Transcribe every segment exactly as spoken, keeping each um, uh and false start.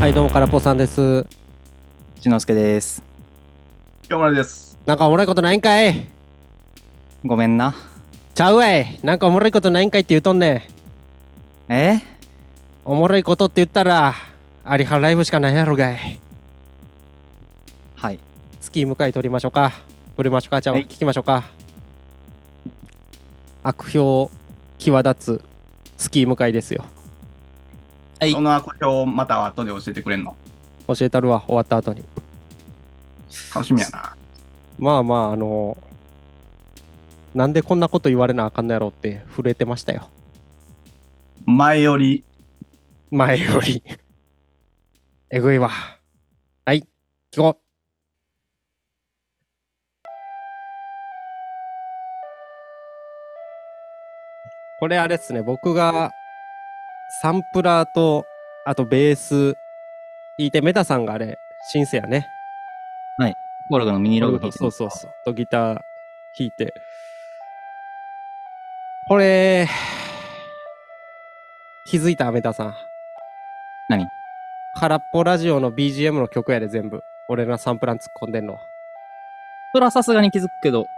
はい、どうも、からぽさんです。 しのすけです。 今日までです。 なんかおもろいことないんかい。 ごめんな。 ちゃうわい。なんかおもろいことないんかいって言うとんねん。 えおもろいことって言ったら、アリハライブしかないやろがい。 はい。 スキー向かい取りましょうか。取りましょうか。じゃあ、 はい聞きましょうか。悪評際立つスキー向かいですよ。 はい。 その悪評また後で教えてくれんの？ 教えたるわ、終わった後に。 楽しみやな。 まあまあ、あのなんでこんなこと言われなあかんのやろうって震えてましたよ。 前より。 前より。えぐいわ。はい、聞こう。これあれっすね、僕がサンプラーと、あとベース弾いて、メタさんがあれ、シンセやね。 コルグのミニログ弾いてそうそうそう。とギター弾いて。これ、気づいたメタさん。 何？ 空っぽラジオの ビージーエム の曲やで全部。俺がサンプラー突っ込んでんの。 それはさすがに気づくけど。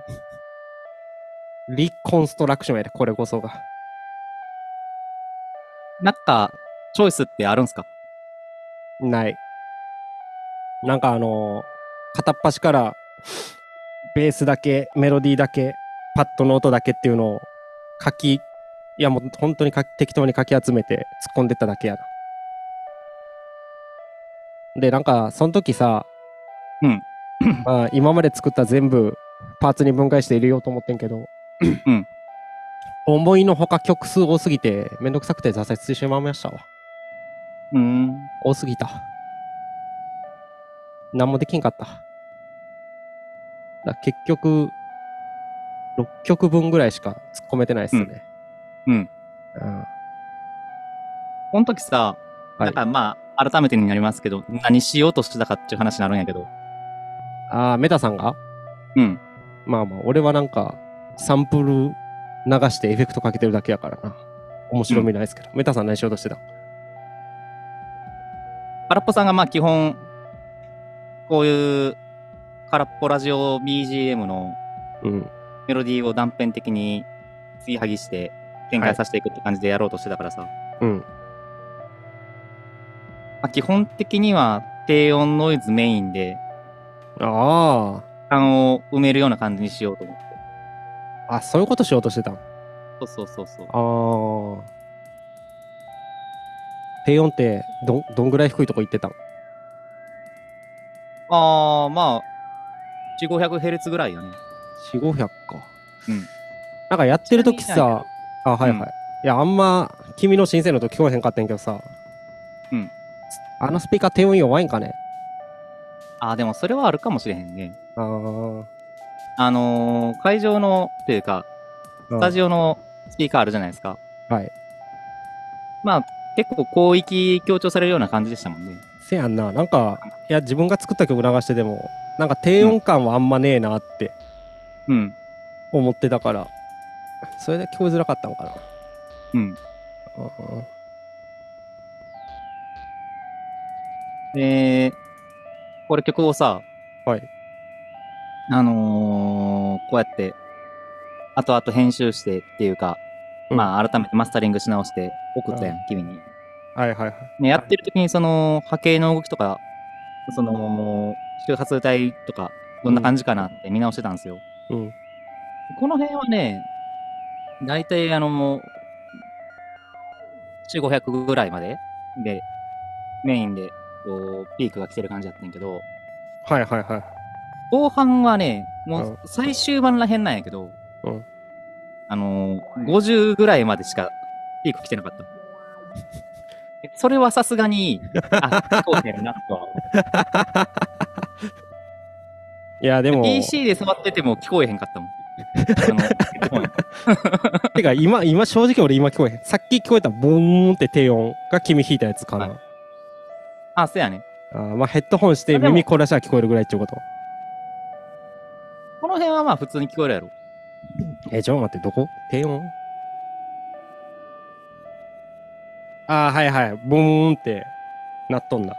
リコンストラクションやで、これこそが。 なんか、チョイスってあるんすか？ ない。なんかあのー片っ端からベースだけ、メロディーだけ、パッドの音だけっていうのを書き、いやもう本当に書き適当に書き集めて突っ込んでっただけやな。で、なんかその時さ、 うんまあ今まで作った全部パーツに分解して入れようと思ってんけど、 うん。 思いのほか曲数多すぎてめんどくさくて挫折してしまいましたわ。 うーん。 多すぎた。何もできんかった。だ結局、ろっきょくぶんぐらいしか突っ込めてないっすね。 うん。 うん。 この時さ、 はいなんかまあ、改めてになりますけど、何しようとしてたかっていう話になるんやけど。 ああ、メタさんがうん。 まあまあ、俺はなんか、サンプル流してエフェクトかけてるだけやからな。面白みないですけど。メタさん何しようとしてた？ 空っぽさんがまあ基本、こういう空っぽラジオ ビージーエム のうん。 メロディーを断片的に継ぎはぎして展開させていくって感じでやろうとしてたからさ。 うん。 まあ、基本的には低音ノイズメインで、 あ感を埋めるような感じにしようと思って。 あ。あ、そういうことしようとしてたん。 そうそうそうそう。 ああ。低音ってどん、どんぐらい低いとこ行ってたん？ あー、まあ、よん、ごひゃくヘルツ ぐらいよね。 よん、ごひゃくか。 うん。 なんかやってる時ちなみになんやさ、あ、はいはい。 うんいや、あんま、君の新鮮のと聞こえへんかったんやけどさ、 うん。 あのスピーカー低音弱いんかね？ あー、でもそれはあるかもしれへんね。 あーあのー、会場の、というか、 うん。 スタジオのスピーカーあるじゃないですか。 はい。 まあ、結構広域強調されるような感じでしたもんね。 せやんな。なんか、いや、自分が作った曲流してても、なんか低音感はあんまねえなってうん。 思ってたから、それで聞こえづらかったのかな。 うん。 うんで、これ曲をさ、 はい。 あのー、こうやって、後々編集してっていうか、 うんまあ、改めてマスタリングし直して送ったやん、君に。 はいはいはい。 ね、やってる時にその波形の動きとか、その周波数帯とかどんな感じかなって見直してたんですよ。 うん。 この辺はね、だいたいあの、よん、ごひゃくぐらいまでで、メインでこうピークが来てる感じだったんやけど、 はいはいはい。 後半はね、もうんう最終盤らへんなんやけど、 うん。 あのー、ごじゅうぐらいまでしかピーク来てなかった。それはさすがに、あ、聞こえへんなとは思う。 いや、でも、 ピーシー で触ってても聞こえへんかったもん。あの、ヘッドホンやてか今、今正直俺今聞こえへん。さっき聞こえたボーンって低音が君弾いたやつかな。 はいあ、そうやね。 あーまあヘッドホンしてあでも耳凝らしたら聞こえるぐらいっていうこと。 この辺はまあ普通に聞こえるやろ。 え、ちょっと待って、どこ低音ああ、はいはい。ボーンって。 なっとんな。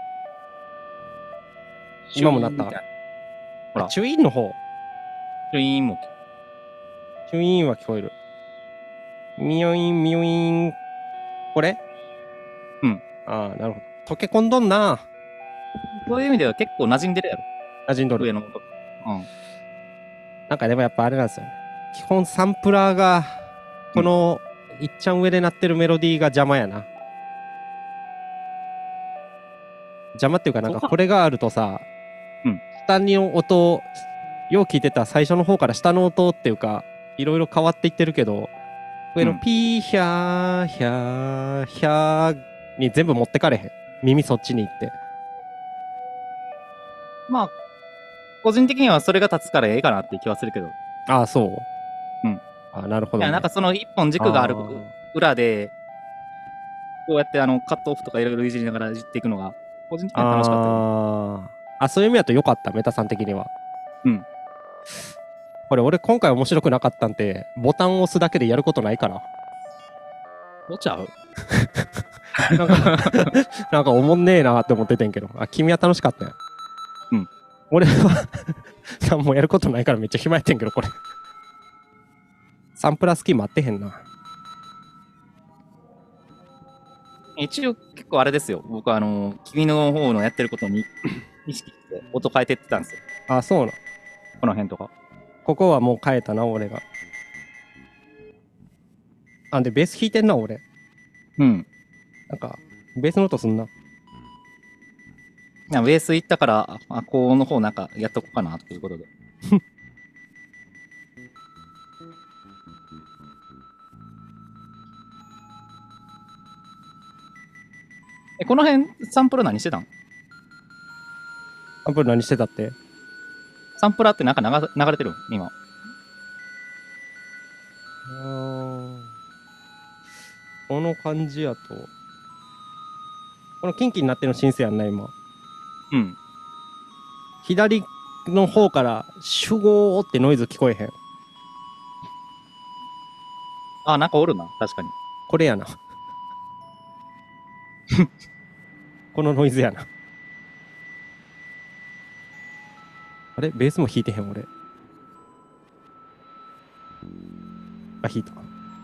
今もなったシュイーンみいなほらあチュイーンの方。 シュイーンも。 チュイーンは聞こえる。ミヨイン、ミヨイン。これうん。 ああ、なるほど。溶け込んどんな。 そういう意味では結構馴染んでるやろ。 馴染んどる。 上の音。うん。 なんかでもやっぱあれなんですよね。基本サンプラーが、この、いっちゃん上で鳴ってるメロディーが邪魔やな。邪魔っていうかなんかそうかこれがあるとさ、 うん下の音、よう聞いてた最初の方から下の音っていうか、いろいろ変わっていってるけど、上のうんピーヒャーヒャーヒャーに全部持ってかれへん。耳そっちに行って。 まあ、個人的にはそれが立つからええかなっていう気はするけど。いああ、そううんあなるほど、ね。 や、なんかその一本軸があるあー裏で、こうやってあのカットオフとかいろいろいじりながらいじっていくのが、個人的には楽しかったよ。 あーあ、そういう意味だと良かった、メタさん的には。 うん。 これ俺今回面白くなかったんて、ボタンを押すだけでやることないから。 どうちゃうなんか、なんかおもんねえなって思っててんけど。あ、君は楽しかったんや。 うん。 俺は何もやることないからめっちゃ暇やってんけど、これ。サンプラースキー待ってへんな。 一応結構あれですよ。僕はあの、君の方のやってることに意識して音変えてってたんですよ。 あ、そうな。 この辺とか。 ここはもう変えたな、俺が。あ、で、ベース弾いてんな、俺。 うん。 なんか、ベースの音すんな。 いやベース行ったから、あ、この方なんかやっとこうかなっていうことで。え、この辺サンプル何してたん？ サンプル何してたって。 サンプラーってなんか流流れてるん今。 うーんこの感じやと。このキンキンになってるのシンセやんな、今。 うん。 左の方からシュゴーってノイズ聞こえへん。 あ、なんかおるな。確かに。 これやな。このノイズやな。あれベースも弾いてへん、俺。あ、弾いた。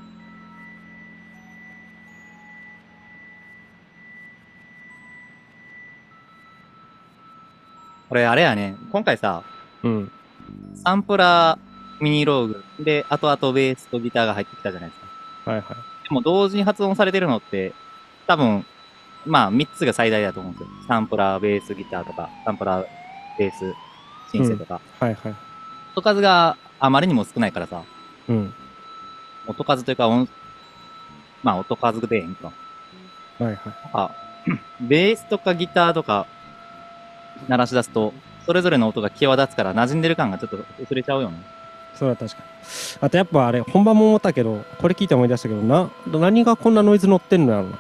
これあれやね。今回さ、 うん。 サンプラー、ミニローグ、で、後々ベースとギターが入ってきたじゃないですか。 はいはい。 でも同時に発音されてるのって、多分、まあみっつが最大だと思うんですよ。サンプラー、ベース、ギターとか、サンプラー、ベース、シンセとか。 はいはい。 音数があまりにも少ないからさ、 うん。 音数というか音、まあ音数でええんか。 はいはい。 あ、ベースとかギターとか鳴らし出すと、それぞれの音が際立つから馴染んでる感がちょっと薄れちゃうよね。 それは確かに。あとやっぱあれ、本番も思ったけど、これ聞いて思い出したけど、な、何がこんなノイズ乗ってんのやろな。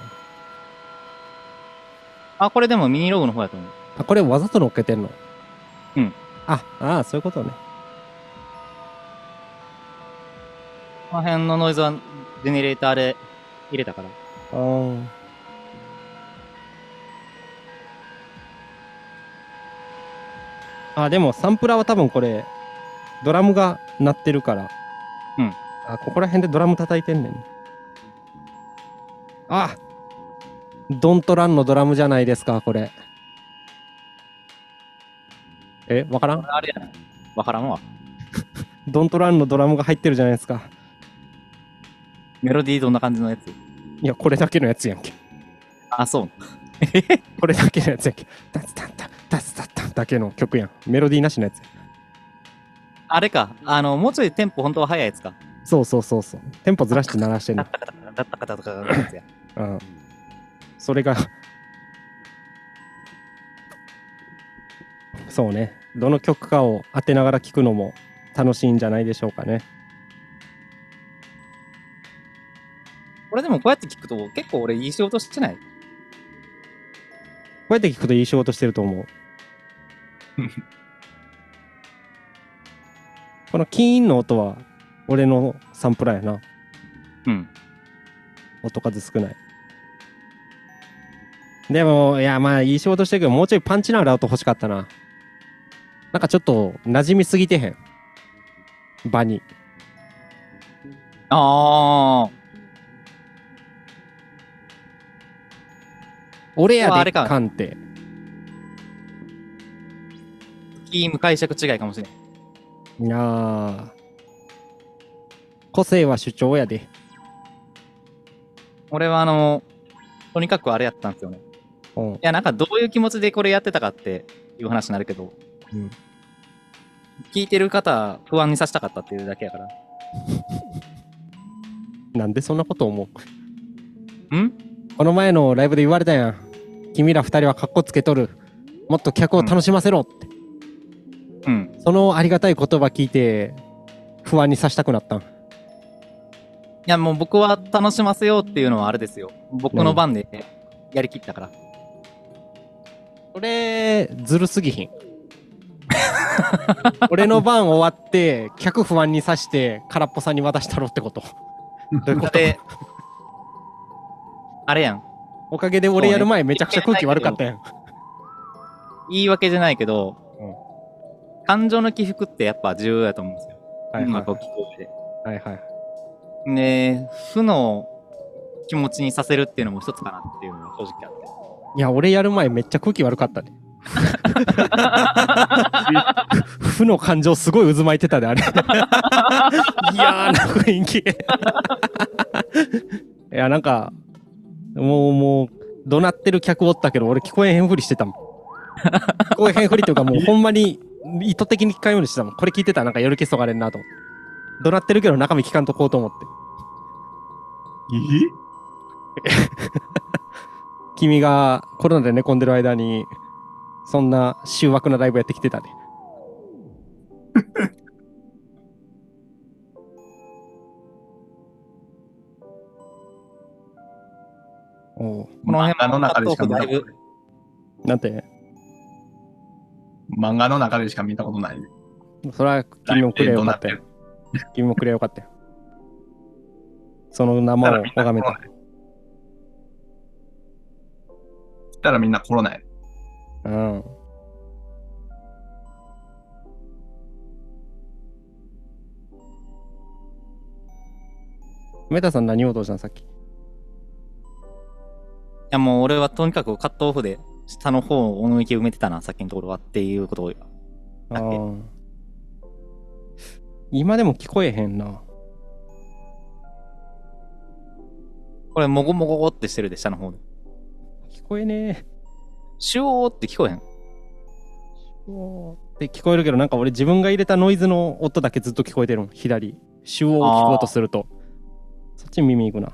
あ、これでもミニログの方やと思う。 あ、これわざと乗っけてんの？ うん。 あ、ああ、そういうことね。 この辺のノイズはジェネレーターで入れたから。 あーあ、でもサンプラーは多分これ、ドラムが鳴ってるから。 うん。 あ、ここら辺でドラム叩いてんねん。あドントランのドラムじゃないですか、これ。え、わからん？ あれやな。わからんわ。 ドントランのドラムが入ってるじゃないですか。 メロディーどんな感じのやつ？ いや、これだけのやつやんけ。 あ、そう。 これだけのやつやんけ。タツタンタンタツタンタンだけの曲やん。メロディーなしのやつや。 あれか。あの、もうちょいテンポ本当は速いやつか。 そうそうそうそう。テンポずらして鳴らしてんの。 ダッタカタカタダッタカタとかのやつや。 うん。それがそうね。どの曲かを当てながら聴くのも楽しいんじゃないでしょうかね。 これでもこうやって聞くと結構俺いい仕事してない？ こうやって聞くといい仕事してると思う。このキーンの音は俺のサンプラーやな。 うん。 音数少ない。 でも、いや、まあ、いい仕事してるけど、もうちょいパンチのある音欲しかったな。なんかちょっと、馴染みすぎてへん。場に。 ああ。 俺やで、 うわあれかカンって。 キーム解釈違いかもしれん。 いやー。個性は主張やで。 俺はあの、とにかくあれやったんですよね。 うん。 いや、なんかどういう気持ちでこれやってたかっていう話になるけど、 うん、 聞いてる方不安にさせたかったっていうだけやから。 なんでそんなこと思うんこの前のライブで言われたやん。君ら二人はカッコつけとる。もっと客を楽しませろって。 うん。 そのありがたい言葉聞いて、不安にさせたくなったん。 いや、もう僕は楽しませようっていうのはあれですよ。僕の番でやりきったから。 それ、ずるすぎひん。俺の番終わって、客不安にさして、空っぽさんに渡したろってこと。どういうことで、あれやん。 おかげで俺やる前めちゃくちゃ空気悪かったやん。 言い訳じゃないけど、 うん、 感情の起伏ってやっぱ重要だと思うんですよ。 はいはい、 うまく聞こえて。 はいはい。 で、負の気持ちにさせるっていうのも一つかなっていうのが正直あって。 いや、俺やる前めっちゃ空気悪かったね。負の感情すごい渦巻いてたで、あれ。嫌な雰囲気。いや、なんか、もう、もう、怒鳴ってる客おったけど、俺聞こえへんふりしてたもん。聞こえへんふりっていうか、もうほんまに意図的に聞かんようにしてたもん。これ聞いてたらなんか夜消そがれんなと思って。怒鳴ってるけど中身聞かんとこうと思って。 え君がコロナで寝込んでる間に、そんな醜悪なライブやってきてたで。おう、 この辺漫画の中でしか見たことない。 なんて漫画の中でしか見たことない。 それは君もくれよかったよ。君もくれよかったよ。その名前を拝めた。 したらみんなコロナや。 うん。メタさん何をどうしたんさっき。いやもう俺はとにかくカットオフで下の方音域埋めてたな、さっきのところはっていうことを。 あー、今でも聞こえへんな。 これもごもごごってしてるで、下の方で。 聞こえねえ。 シュオーって聞こえへん。 シュオーって聞こえるけど、なんか俺自分が入れたノイズの音だけずっと聞こえてるの。左。シュオーを聞こうとすると。そっち耳いくな。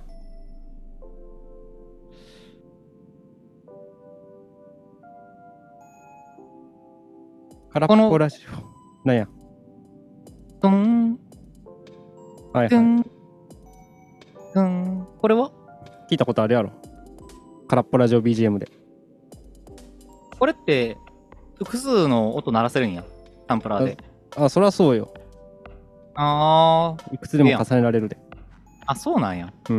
空っぽラジオ。なんや。 トン、 はいはい。 トン、トン。これは聞いたことあるやろ。空っぽラジオ ビージーエム で。 これって複数の音鳴らせるんや。サンプラーで。 あ、そりゃそうよ。 あー。 いくつでも重ねられるで。 あ、そうなんや。 うん。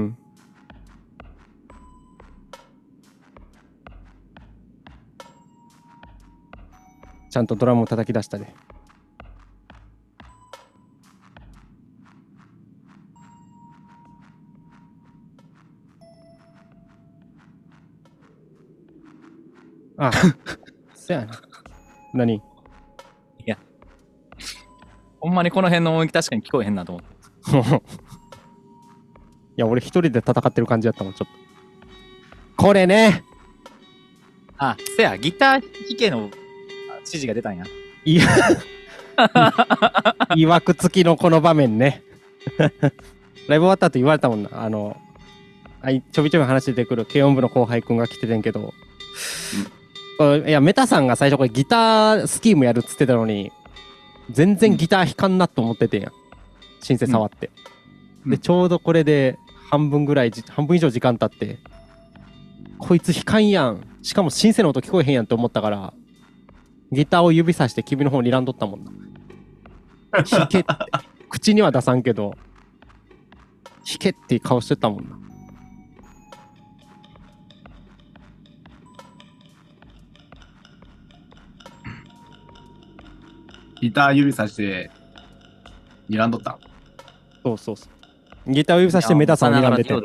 ちゃんとドラムを叩き出したで。あ、そやな。何？いほんまにこの辺の音域確かに聞こえへんなと思って。 や、俺一人で戦ってる感じやったもん、ちょっと。これね。 あ、せや、ギター弾けの指示が出たんや。 いや、いわくつきのこの場面ね。ライブ終わった後言われたもんな。あの、あいちょびちょび話出てくる軽音部の後輩くんが来ててんけど、うん、いや、メタさんが最初これギタースキームやるっつってたのに、全然ギター弾かんなと思っててんやん。シンセ触って。 うん、 で、ちょうどこれで半分ぐらい、半分以上時間経って、こいつ弾かんやん。しかもシンセの音聞こえへんやんって思ったから、ギターを指さして君の方に睨んどったもんな。弾けって。口には出さんけど、弾けって顔してたもんな。 ギター指さして、睨んどった。 そうそうそう。ギターを指さしてメタさんを睨んでて。 いや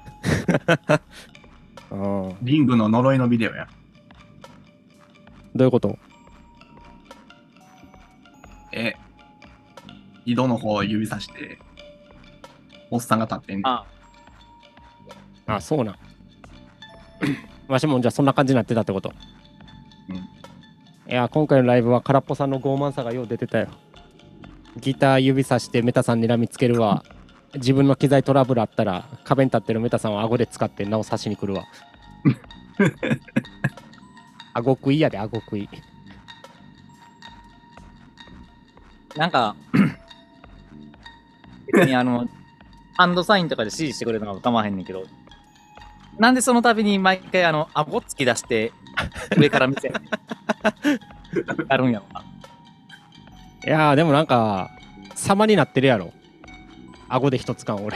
うんリングの呪いのビデオや。 どういうこと？ え、井戸の方を指さして、おっさんが立ってんねん。 ああ、そうなん。わしもじゃあそんな感じになってたってこと。 うん。 いや、今回のライブは空っぽさんの傲慢さがよう出てたよ。ギター指さしてメタさんにらみつけるわ。自分の機材トラブルあったら壁に立ってるメタさんを顎で使って名を刺しに来るわ。顎食いやで、顎食い。 なんか、別にあの、ハンドサインとかで指示してくれるのが構わへんねんけど、なんでその度に毎回あの、顎突き出して、上から見せ、やるんやろな。 いやーでもなんか様になってるやろ。顎で一つ感俺。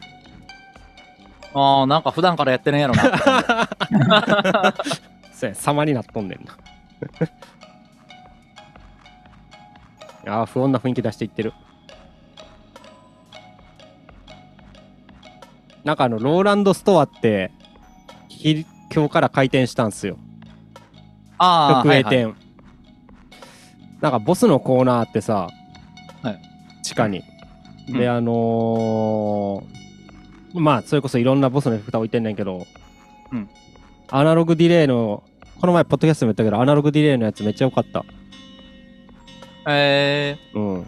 ああ、なんか普段からやってるんやろなって感じ。 そうや、様になっとんねんな。いやー不穏な雰囲気出していってる。なんかあのローランドストアってひ今日から開店したんすよ。 ああ、 直営店、 はいはい、 なんかボスのコーナーってさ、 はい地下に、 うんであのーまあそれこそいろんなボスのエフェクター置いてんねんけど、 うん、 アナログディレイのこの前ポッドキャストでも言ったけどアナログディレイのやつめっちゃ良かった。 えうん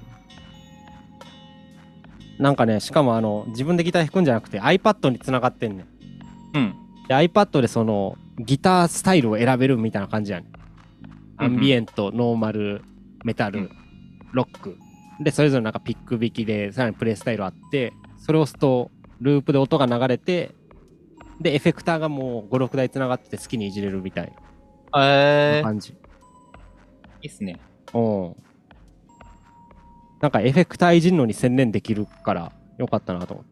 なんかね、しかもあの自分でギター弾くんじゃなくて iPad に繋がってんねん。 ー、うん。 で iPad でそのギタースタイルを選べるみたいな感じやねん。アンビエント、ノーマル、メタル、 うん、 ロック。で、それぞれなんかピック弾きで、さらにプレイスタイルあって、それを押すと、ループで音が流れて、で、エフェクターがもうご、ろくだい繋がってて好きにいじれるみたいえー、 な感じ。 いいっすね。 うん。なんかエフェクターいじるのに専念できるからよかったなと思って。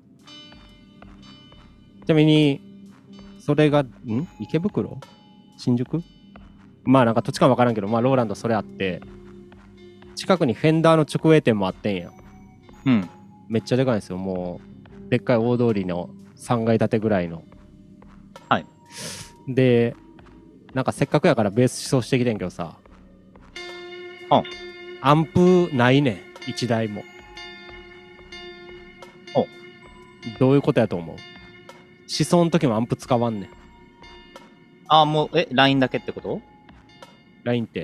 ちなみに、それが、ん池袋新宿まあなんか土地かわからんけど、まあローランドそれあって、近くにフェンダーの直営店もあってんや。 うん。 めっちゃでかいんですよ。もう、でっかい大通りのさんがい建てぐらいの。 はい。 で、なんかせっかくやからベース思想してきてんけどさ、 うんアンプないねん、いちだいも。 おどういうことやと思う？思想の時もアンプ使わんねん。 ああ、もう、え、ライン だけってこと？ ライン って。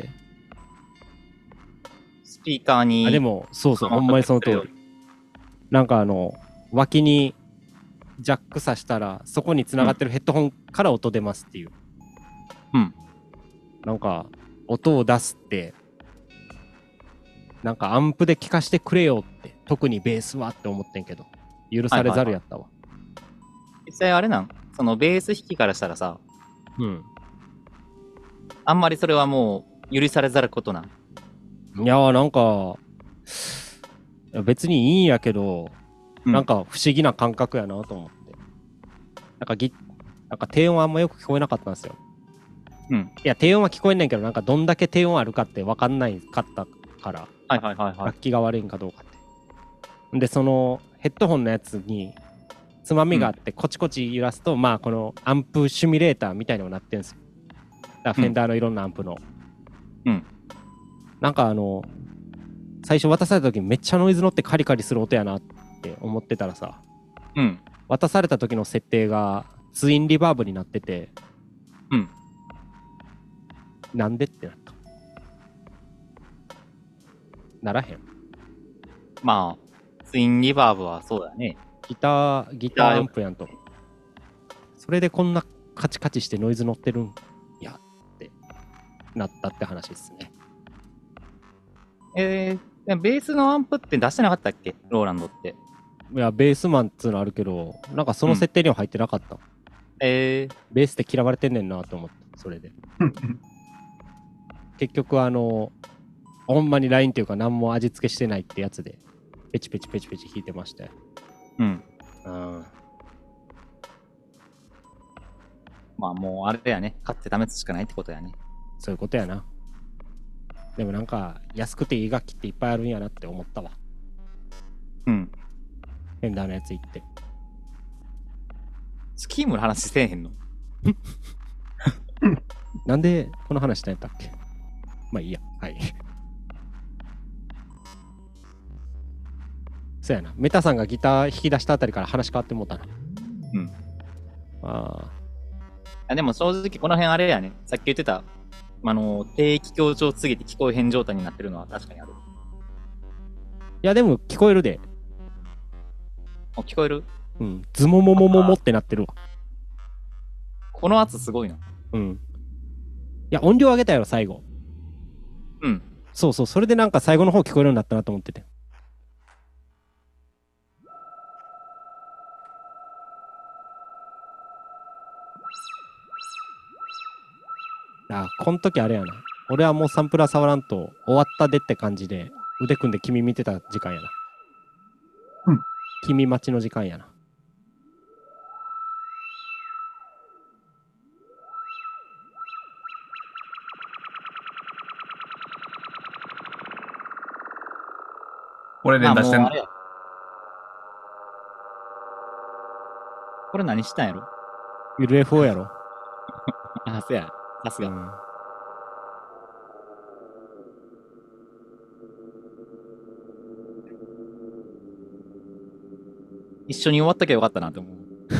スピーカーに。 あ、でも、そうそう、ほんまにその通り。なんかあの、脇にジャックさしたら、そこに繋がってるヘッドホンから音出ますっていう。 うん。 なんか、音を出すって、なんかアンプで聞かしてくれよって、特にベースはって思ってんけど、許されざるやったわ。 実際あれなんそのベース弾きからしたらさ、 うん。 あんまりそれはもう許されざることなん。 いやーなんか、いや別にいいんやけど、 うんなんか不思議な感覚やなと思って。なんかギなんか低音あんまよく聞こえなかったんですよ。 うん。 いや、低音は聞こえんねんけど、なんかどんだけ低音あるかって分かんないかったから、 はいはいはいはい。 楽器が悪いんかどうかって。で、そのヘッドホンのやつにつまみがあって、コチコチ揺らすと、まあこのアンプシミュレーターみたいにもなってんすよ。だからフェンダーのいろんなアンプの。 うん。 なんかあの、最初渡された時めっちゃノイズ乗ってカリカリする音やなって思ってたらさ、 うん。 渡された時の設定がツインリバーブになってて、 うん。 なんでってなった。ならへん。 まあ、ツインリバーブはそうだね。 ギター、ギターアンプやんと。それでこんなカチカチしてノイズ乗ってるんやってなったって話ですね。 えー、ベースのアンプって出してなかったっけローランドって。 いや、ベースマンっつうのあるけど、なんかその設定には入ってなかった。 えー、 ベースって嫌われてんねんなと思った、それで。結局あの、ほんまにラインっていうか何も味付けしてないってやつで、ペチペチペチペチ弾いてましたよ。 うん。 うん。 まあもうあれだよね。買って試すしかないってことやね。 そういうことやな。 でもなんか安くていい楽器っていっぱいあるんやなって思ったわ。 うん。 フェンダーのやつ行って。 スキームの話せえへんの？ なんでこの話したんやったっけ？まあいいや。はい。そうやな。メタさんがギター弾き出したあたりから話変わってもうたな。 うん。 ああでも正直この辺あれやね。さっき言ってた、あの、低気強調すぎて聞こえへん状態になってるのは確かにある。 いやでも聞こえるで。 あ、聞こえる？ うん。ズモモモモモってなってるわ。 この圧すごいな。 うん。いや音量上げたやろ最後。 うん。 そうそう。それでなんか最後の方聞こえるようになったなと思ってて。あ、こん時あれやな。俺はもうサンプラー触らんと終わったでって感じで腕組んで君見てた時間やな。 うん。 君待ちの時間やな。 これ連打してんのまあもうあれや。これ何したんやろ？ ユーエフオー やろ。 あ、そうや。さすが。 うん。 一緒に終わったけよかったなって思う。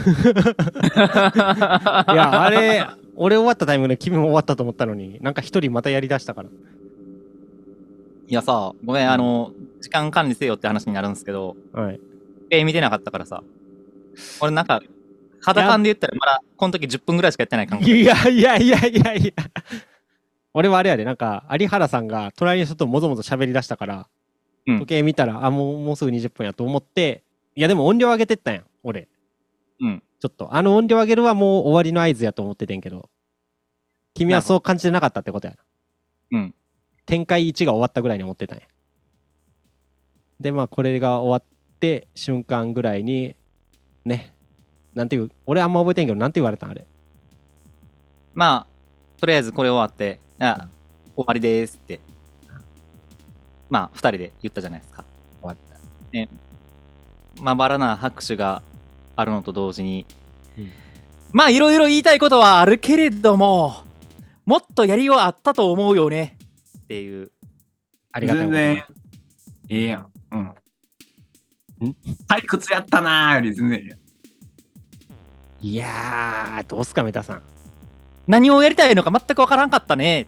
いや、あれ、俺終わったタイミングで君も終わったと思ったのに、なんか一人またやりだしたから。 いやさ、ごめん、あの、時間管理せよって話になるんですけど、 はい。 え見てなかったからさ。俺なんか、肌感で言ったらまだこの時じゅっぷんぐらいしかやってない感覚。 いやいやいやいやいや。俺はあれやで、なんか、有原さんが隣の人ともぞもぞ喋り出したから、 うん、 時計見たら、あ、もう、もうすぐにじゅっぷんやと思って、いやでも音量上げてったんやん、俺。 うん。 ちょっと、あの音量上げるはもう終わりの合図やと思っててんけど、君はそう感じてなかったってことやな。 うん。 展開いちが終わったぐらいに思ってたんや。で、まあ、これが終わって瞬間ぐらいに、ね、なんていう、俺あんま覚えてんけど、なんて言われたんあれ。 まあ、とりあえずこれ終わって、あ、終わりでーすって。まあ、二人で言ったじゃないですか。 終わった。 ね。まばらな拍手があるのと同時に、 うん、 まあ、いろいろ言いたいことはあるけれども、もっとやりようあったと思うよね。っていう。 ありがたいこと。 全然、ええやん。うん。ん退屈やったなーより全然いいやん。 いやー、どうすか、メタさん。 何をやりたいのか全くわからんかったね。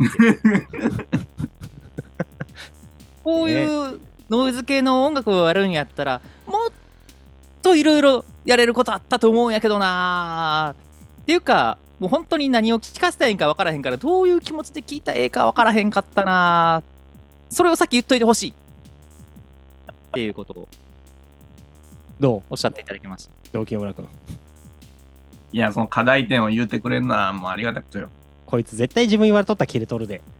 こういうノイズ系の音楽をやるんやったら、もっといろいろやれることあったと思うんやけどなー。っていうか、もう本当に何を聞かせたいんかわからへんから、どういう気持ちで聞いたらええかわからへんかったなー。それをさっき言っといてほしい。っていうことをどうおっしゃっていただきました。 どう清村君。 いや、その課題点を言うてくれんのはもうありがたくとよ。 こいつ絶対自分言われとったら切れとるで。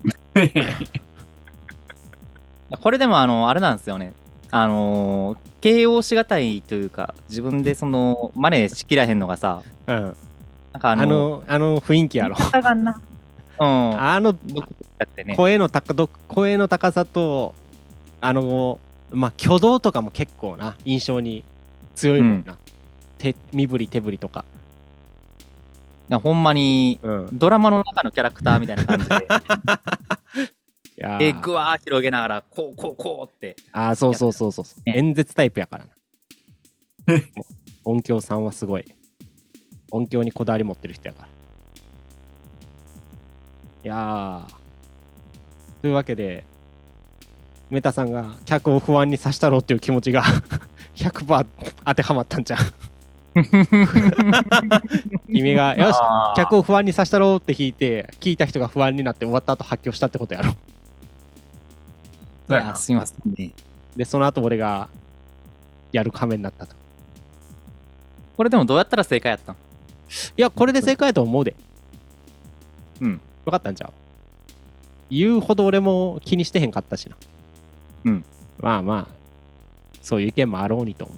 これでもあの、あれなんですよね。あのー、形容しがたいというか、自分でその、真似しきらへんのがさ、 うん。 なんかあの、 あの、あの雰囲気やろ。 がな。うん。 あの、 どこだってね。 声の高ど声の高さと、あの、まあ、挙動とかも結構な、印象に強いもんな。うん、手、身振り手振りとか。 ほんまに、うん、ドラマの中のキャラクターみたいな感じで。で、ぐわー広げながら、こう、こう、こうって。 ああ、そうそうそうそう。ね、演説タイプやからな。音響さんはすごい。音響にこだわり持ってる人やから。いやー。というわけで、メタさんが客を不安にさしたろうっていう気持ちがひゃくパーセント当てはまったんじゃん。君がよし客を不安にさしたろうって弾いて聞いた人が不安になって終わった後発狂したってことやろ。 いやすいませんね。 でその後俺がやる羽目になったと。 これでもどうやったら正解やったん？いやこれで正解やと思うで。 うん分かったんちゃう。言うほど俺も気にしてへんかったしな。 うん。 まあまあそういう意見もあろうにと思う。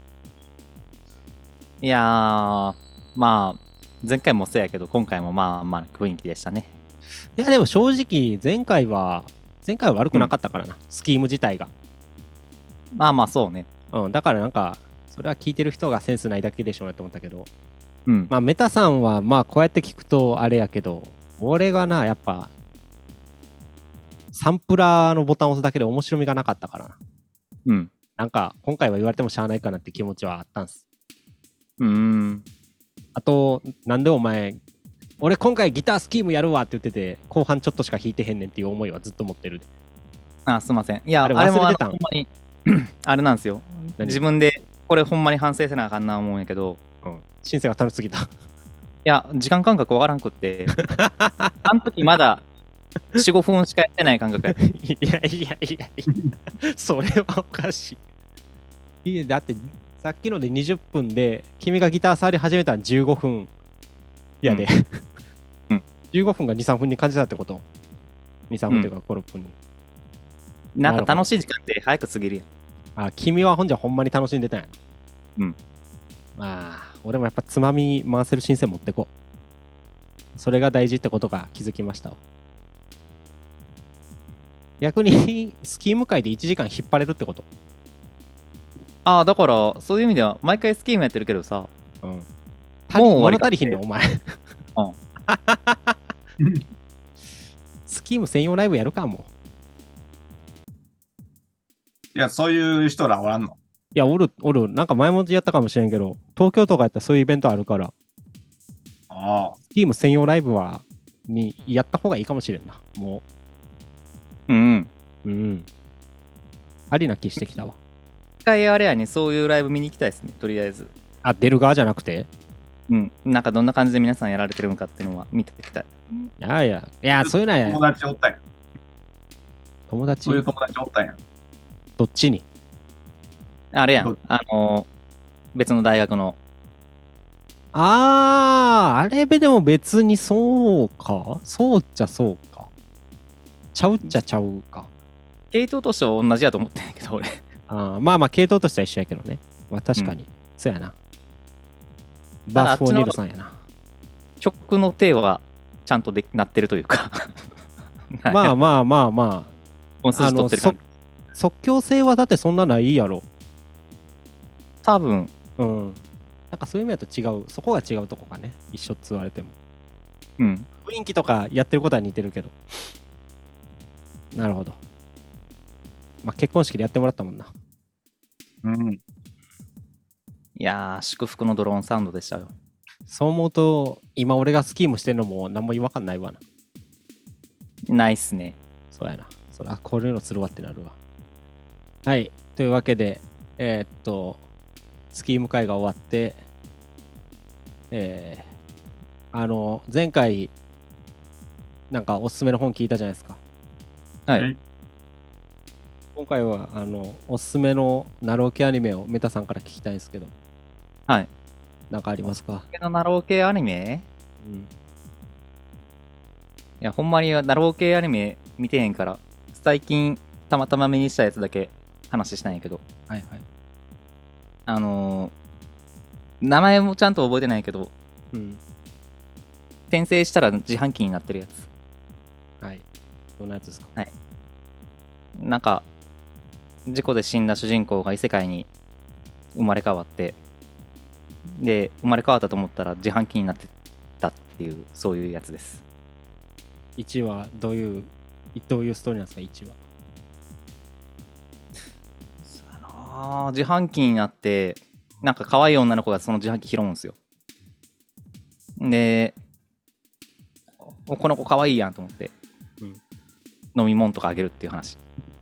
いやーまあ前回もそうやけど今回もまあまあ雰囲気でしたね。 いやでも正直前回は前回は悪くなかったからな、うん、スキーム自体が。 まあまあそうね。 うん、だからなんかそれは聞いてる人がセンスないだけでしょうねと思ったけど、 うん、 まあメタさんはまあこうやって聞くとあれやけど、俺がなやっぱサンプラーのボタンを押すだけで面白みがなかったからな。 うん。 なんか今回は言われてもしゃあないかなって気持ちはあったんす。 うーん。 あとなんでお前俺今回ギタースキームやるわって言ってて後半ちょっとしか弾いてへんねんっていう思いはずっと持ってるで。 あ、すいません。いや、 あれあれも忘れてたんあのほんまにあれなんですよ。 何自分でこれほんまに反省せなあかんな思うんやけど、 うん、シンセが楽しすぎた。 いや、時間感覚わからんくって、あの時まだよん、ごふんしかやってない感覚やった。 いやいやいやいや、それはおかしい。いやだってさっきのでにじゅっぷんで君がギター触り始めたのじゅうごふんやで、 うんうん、 じゅうごふんがに、さんぷんに感じたってこと？に、さんぷんというかご、ろっぷんに。 なんか楽しい時間って早く過ぎるやん。 あ、君はほんじゃほんまに楽しんでたんや。 うん。 まあ俺もやっぱつまみ回せる新鮮持ってこう。それが大事ってことが気づきましたわ。逆にスキーム界でいちじかん引っ張れるってこと？ ああ、だからそういう意味では毎回スキームやってるけどさ、 うん、 もう終わりか物足りひんのお前。 うんスキーム専用ライブやるかも。 いや、そういう人らおらんの？ いや、おる、おる。なんか前もやったかもしれんけど、東京とかやったらそういうイベントあるから、 ああ。 スキーム専用ライブは、にやった方がいいかもしれんな。もうん。 う。うん。ありな気してきたわ。 一回あれやね、そういうライブ見に行きたいですね、とりあえず。 あ、出る側じゃなくて？ うん。なんかどんな感じで皆さんやられてるのかっていうのは見ていきたい。 いやいや、いや、そういうのはや友達おったんや。 友達そういう友達おったんや。 どっちに？あれやん。あのー、別の大学の。 あー、あれでも別にそうか？そうっちゃそうか。ちゃうっちゃちゃうか。 系統としては同じやと思ってんやけど、俺。 あまあまあ、系統としては一緒やけどね。まあ確かに。うん、そうやな。バーフォーネルさんやな。 曲の手はちゃんとでなってるというか。 まあまあまあまあ。 あの即興性はだってそんなないやろ。 多分。 うん。なんかそういう意味だと違う。そこが違うとこかね。一緒っつわれても。 うん。 雰囲気とかやってることは似てるけど。なるほど。まあ結婚式でやってもらったもんな。 うん。 いやー、祝福のドローンサウンドでしたよ。 そう思うと、今俺がスキームしてるのも何も違和感ないわな。 ないっすね。 そうやな。そら、こういうのするわってなるわ。はい。というわけで、えー、っと、スキーム会が終わって、えー、あの、前回、なんかおすすめの本聞いたじゃないですか。 はい。 今回は、あの、おすすめのナロー系アニメをメタさんから聞きたいんですけど。 はい。 なんかありますか？ のナロー系アニメ？ うん。いや、ほんまにナロー系アニメ見てへんから、最近たまたま目にしたやつだけ話したんやけど。 はいはい。 あのー、名前もちゃんと覚えてないけど、 うん。 転生したら自販機になってるやつ。 はい。どんなやつですか？ はい。なんか、事故で死んだ主人公が異世界に生まれ変わって、で、生まれ変わったと思ったら自販機になってたっていう、そういうやつです。 いちわ、どういう、どういうストーリーなんですか、いちわ。 あ自販機になって、なんか可愛い女の子がその自販機拾うんですよ。で、この子可愛いやんと思って、うん、飲み物とかあげるっていう話。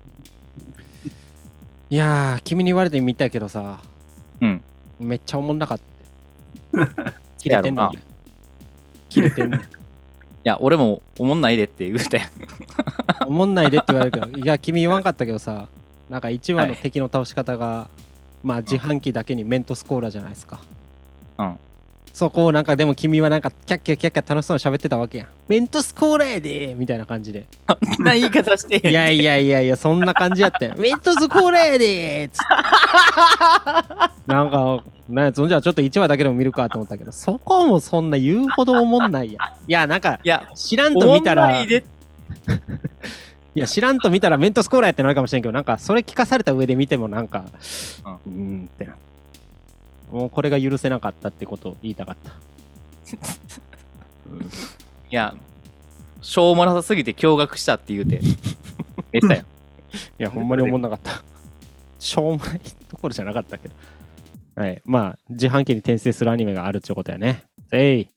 いやー、君に言われてみたけどさ、 うん。 めっちゃおもんなかった。 切れてんのに。 切れてんの。いや、俺もおもんないでって言うて。 おもんないでって言われるけど、いや、君言わんかったけどさ、なんかいちわの敵の倒し方が、はい、まあ自販機だけにメントスコーラじゃないですか。 うん。 そこをなんかでも君はなんかキャッキャキャッキャ楽しそうに喋ってたわけやん。メントスコーラやでーみたいな感じで。 そんな言い方していやいやいやいや、そんな感じやったよ。メントスコーラやでーっつって。なんか、なんやそんじゃちょっといちわだけでも見るかと思ったけど、そこもそんな言うほどおもんないやん。いや、なんか、いや知らんと見たら、 いや知らんと見たらメントスコーラやってなるかもしれんけど、なんかそれ聞かされた上で見てもなんかうーんってな、もうこれが許せなかったってことを言いたかった。 いや、しょうもなさすぎて驚愕したって言うて、めったやん。 いやほんまに思んなかった。しょうもないところじゃなかったけど。はい、まあ自販機に転生するアニメがあるってことやね。えい。